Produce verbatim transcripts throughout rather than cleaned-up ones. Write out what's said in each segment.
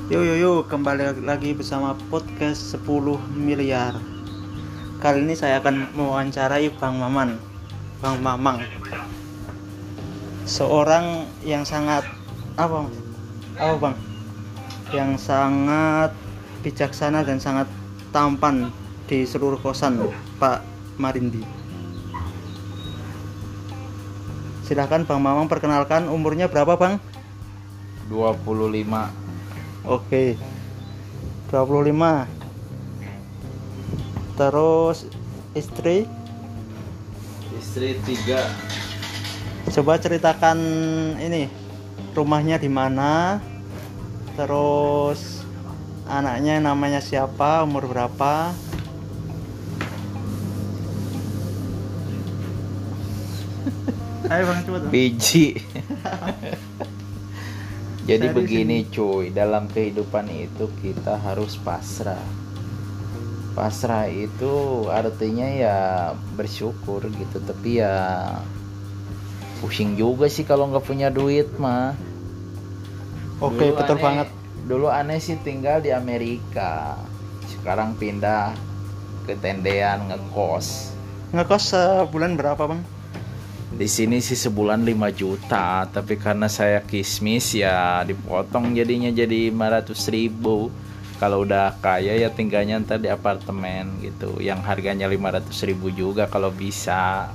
Yo yo yo, kembali lagi bersama podcast sepuluh miliar. Kali ini saya akan mewawancarai Bang Maman, Bang Mamang. Seorang yang sangat apa? Apa Bang? Yang sangat bijaksana dan sangat tampan di seluruh kosan, Pak Marindi. Silakan Bang Mamang perkenalkan, umurnya berapa Bang? dua puluh lima. Oke, dua puluh lima. Terus istri? Istri tiga. Coba ceritakan ini, rumahnya di mana? Terus anaknya namanya siapa? Umur berapa? Ayo Bang, coba dong. Biji. Jadi Dari begini cuy, dalam kehidupan itu kita harus pasrah. Pasrah itu artinya ya bersyukur gitu, tapi ya pusing juga sih kalau nggak punya duit mah. Oke, Dulu betul aneh- banget. Dulu aneh sih tinggal di Amerika, sekarang pindah ke tendean ngekos. Ngekos sebulan berapa Bang? Di sini sih sebulan lima juta, tapi karena saya kismis ya dipotong jadinya jadi lima ratus ribu. Kalau udah kaya ya tinggalnya ntar di apartemen gitu, yang harganya lima ratus ribu juga kalau bisa.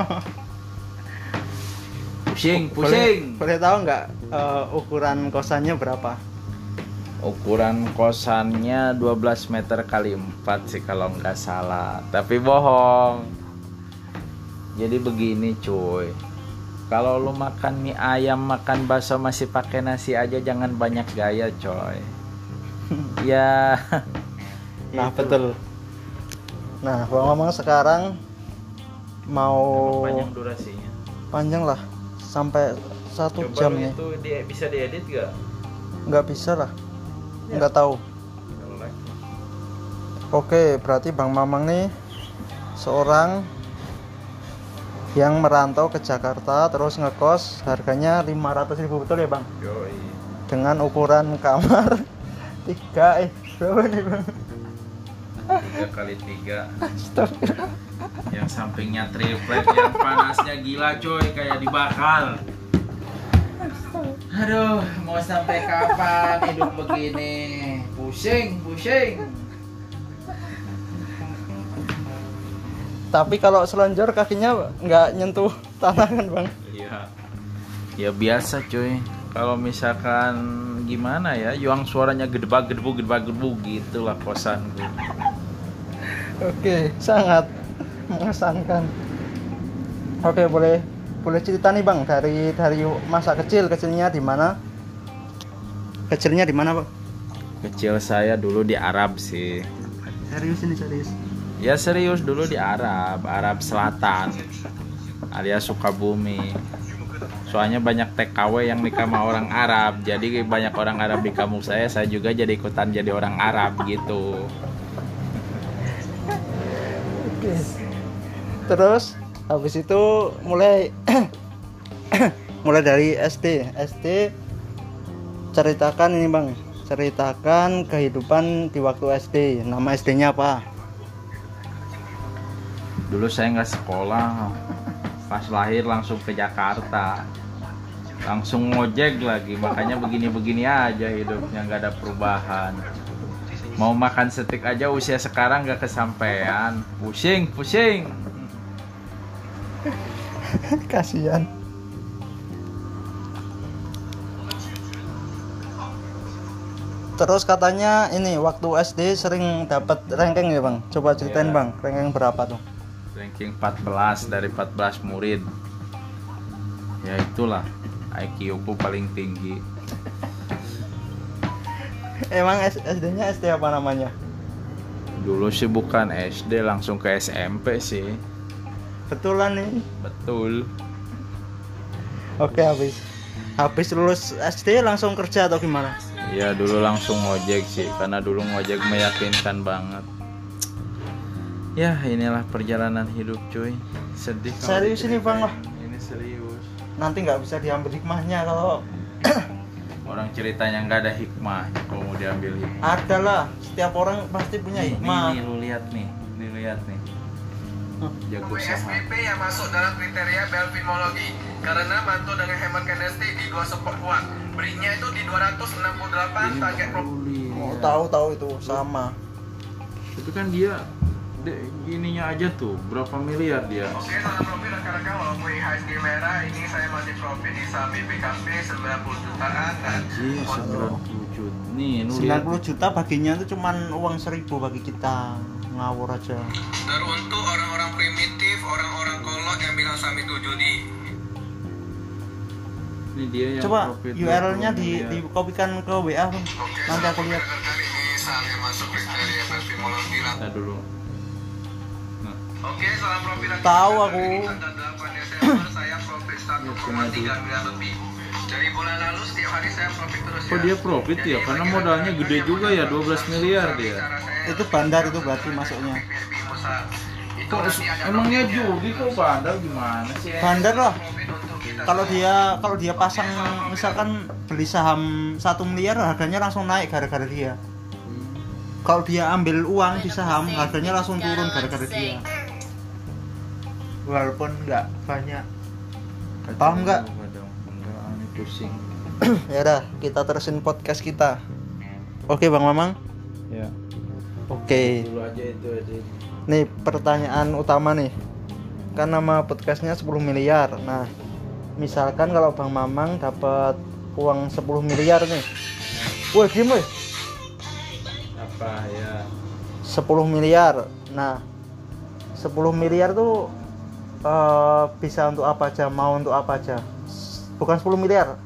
Pusing, pusing. Boleh, boleh tahu nggak eh, ukuran kosannya berapa? Ukuran kosannya dua belas meter kali empat sih kalau nggak salah, tapi bohong. Jadi begini cuy, kalau lu makan mie ayam, makan bakso masih pakai nasi aja, jangan banyak gaya coy. Ya. Nah itu. betul. Nah Bang Mamang sekarang mau Panjang durasinya. panjang lah sampai satu Coba jam lu nih. itu di- bisa diedit gak? Nggak bisa lah, Ya. nggak tahu. Oke, berarti Bang Mamang nih seorang yang merantau ke Jakarta terus ngekos, harganya lima ratus ribu, betul ya Bang? Yoi. Dengan ukuran kamar tiga eh berapa nih Bang? Tiga kali tiga. Yang sampingnya triplek, yang panasnya gila coy, kayak dibakar. Aduh, mau sampai kapan hidup begini? Pusing, pusing. Tapi kalau selonjor kakinya nggak nyentuh tanah kan Bang? Iya. Ya biasa cuy. Kalau misalkan gimana ya, yang suaranya gedebak gedebuk gedebak gedebuk gitulah kosan gue. Oke, sangat mengesankan. Oke, boleh boleh cerita nih Bang, dari dari masa kecil, kecilnya di mana? Kecilnya di mana Bang? Kecil saya dulu di Arab sih. Serius ini serius. Ya serius, dulu di Arab, Arab Selatan, alias Sukabumi. Soalnya banyak T K W yang nikah sama orang Arab, jadi banyak orang Arab di kampung saya, saya juga jadi ikutan jadi orang Arab gitu. Oke. Terus habis itu mulai mulai dari S D. S D ceritakan ini Bang, ceritakan kehidupan di waktu S D. Nama S D-nya apa? Dulu saya nggak sekolah, pas lahir langsung ke Jakarta, langsung ngojek lagi, makanya begini-begini aja hidupnya, nggak ada perubahan. Mau makan steak aja usia sekarang nggak kesampean, pusing, pusing. Kasihan. Terus katanya ini waktu S D sering dapat ranking ya Bang? Coba ceritain Iya. Bang, ranking berapa tuh? Ranking empat belas dari empat belas murid. Ya itulah, I Q ku paling tinggi. Emang S- SD-nya S D apa namanya? Dulu sih bukan S D, langsung ke S M P sih. Betulan nih. Betul. Oke, habis habis lulus S D langsung kerja atau gimana? Ya dulu langsung ngojek sih, karena dulu ngojek meyakinkan banget. Ya inilah perjalanan hidup cuy. Sedih kalau Serius ini, Bang, diceritain. Ini serius. Nanti nggak bisa diambil hikmahnya kalau Orang ceritanya nggak ada hikmah kalau mau diambil hikmah. Ada lah, setiap orang pasti punya Nih, hikmah. nih, nih, lu lihat nih, nih lihat nih. Jago S saham. P P yang masuk dalam kriteria Belfinologi karena mantul dengan hemat kinestik di dua support kuat. Breaknya itu di dua ratus enam puluh delapan, Ini target pro. lu lihat. Oh, tahu-tahu itu sama. Itu kan dia de- ininya aja tuh berapa miliar dia. Oke, salam profit rekan-rekan, walaupun I H S G merah, ini saya masih profit di saham B P K P sembilan puluh jutaan dan Anjir, sembilan puluh juta. Nih, lu sembilan lihat. puluh juta baginya itu cuman uang seribu bagi kita. Ngawur aja. Dan untuk orang-orang primitif, orang-orang kolot yang bilang saham itu judi. Ini dia yang Coba profit U R L-nya dua puluh di miliar. di kopikan ke W A, Bang. Oke, Nanti aku lihat. rekan-rekan, ini saham yang masuk kriteria Belfinologi. Kita dulu. Nah, Oke, salam profit rekan-rekan. Tahu aku. Hari ini tanggal delapan Desember saya profit satu koma tiga miliar lebih. Dari bulan lalu setiap hari saya profit terus kok ya. dia profit ya? Karena modalnya gede juga ya, dua belas miliar dia. Itu bandar itu berarti masuknya. Kok emangnya judi kok bandar gimana sih? Bandar lah. Kalau dia kalau dia pasang misalkan beli saham satu miliar harganya langsung naik gara-gara dia. Kalau dia ambil uang di saham harganya langsung turun gara-gara dia. Walaupun nggak banyak. Paham nggak? Enggak, ini pusing. Ya udah, kita terusin podcast kita. Oke, Bang Mamang. Ya. Oke. Dulu aja itu aja. Nih pertanyaan utama nih. Kan nama podcastnya sepuluh miliar. Nah, misalkan kalau Bang Mamang dapat uang sepuluh miliar nih. Woi, gim woi. Apa ya? sepuluh miliar. Nah, sepuluh miliar tuh eh, bisa untuk apa aja, mau untuk apa aja. Bukan sepuluh miliar.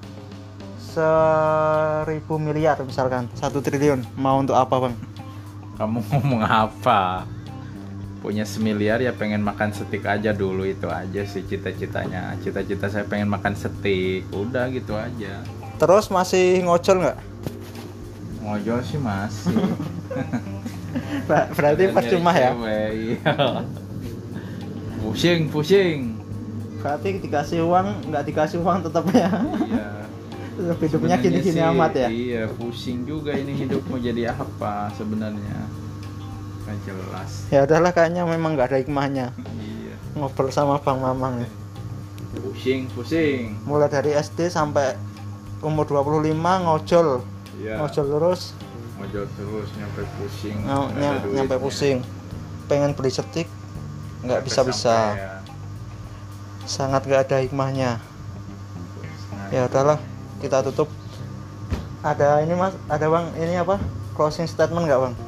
Seribu miliar misalkan, satu triliun. Mau untuk apa, Bang? Kamu ngomong apa? Punya semiliar ya pengen makan steak aja dulu, itu aja sih cita-citanya. Cita-cita saya pengen makan steak, udah gitu aja. Terus masih ngojol nggak? Ngojol sih masih. Ber- Berarti Ada percuma nyari ya? cewek, iya. Pusing, pusing. Berarti dikasih uang, nggak dikasih uang tetap ya? Iya. Hidupnya Sebenarnya gini-gini sih, amat ya? Iya, pusing juga ini hidup mau jadi apa sebenarnya. Nggak jelas. Ya udahlah, kayaknya memang nggak ada hikmahnya Iya. ngobrol sama Bang Mamang nih. Pusing, pusing. Mulai dari S D sampai umur dua puluh lima ngojol, Iya. ngojol terus, Ngojol terus nyampe pusing. ng- nggak ada ny- nyampe duitnya. pusing. Pengen beli setik, nggak Sampai bisa-bisa. sampai ya. Sangat nggak ada hikmahnya. Nah, Ya udahlah, kita tutup. Ada ini Mas, ada Bang, ini apa? Closing statement nggak Bang?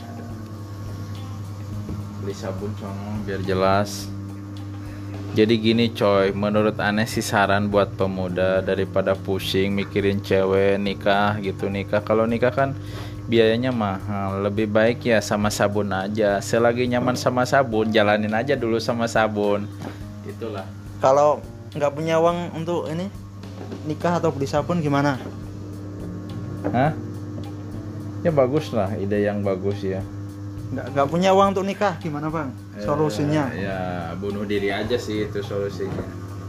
beli sabun sono biar jelas. Jadi gini coy, menurut aneh sih saran buat pemuda, daripada pusing mikirin cewek nikah gitu. Nikah, kalau nikah kan biayanya mahal, lebih baik ya sama sabun aja. Selagi nyaman sama sabun, jalanin aja dulu sama sabun. Itulah. Kalau nggak punya uang untuk ini nikah atau beli sabun gimana? Hah? Ya bagus lah, ide yang bagus ya. Nggak nggak punya uang untuk nikah gimana Bang? Solusinya? Eh, ya bunuh diri aja sih itu solusinya.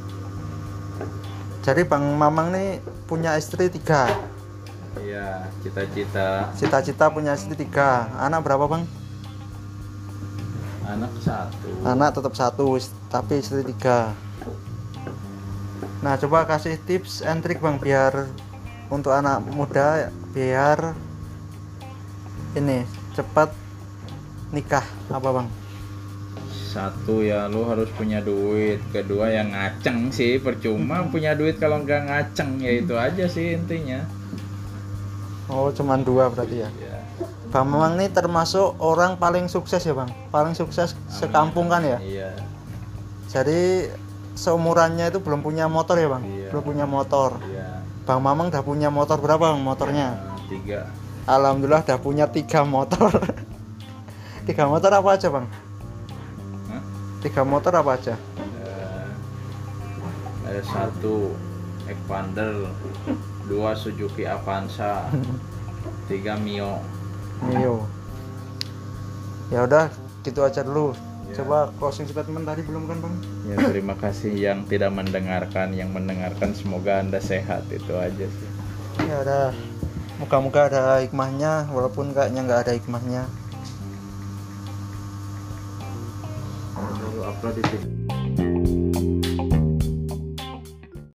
Jadi Bang Mamang nih punya istri tiga, Iya, cita-cita cita-cita punya istri tiga. Anak berapa Bang? anak satu. Anak tetap satu, is- tapi istri tiga. Nah coba kasih tips and trick Bang biar untuk anak muda biar ini cepat nikah apa Bang? Satu ya, lu harus punya duit. Kedua yang ngaceng sih, percuma punya duit kalau nggak ngaceng, ya itu aja sih intinya. Oh cuman dua berarti ya. Ya. Bang Mamang ini termasuk orang paling sukses ya Bang? Paling sukses sekampung kan ya? Iya. Jadi seumurannya itu belum punya motor ya Bang? Iya. Belum punya motor. Iya. Bang Mamang udah punya motor berapa Bang motornya? Nah, tiga. Alhamdulillah udah punya tiga motor. Tiga motor apa aja Bang? Hah? Tiga motor apa aja? Eh, ada satu Expander, dua Suzuki Avanza, tiga Mio. Mio. Ya udah, gitu aja dulu. Ya. Coba closing statement tadi belum kan Bang? Ya terima kasih yang tidak mendengarkan, yang mendengarkan semoga Anda sehat, itu aja sih. Ya udah, moga-moga ada hikmahnya, walaupun kayaknya nggak ada hikmahnya. Baru upload itu.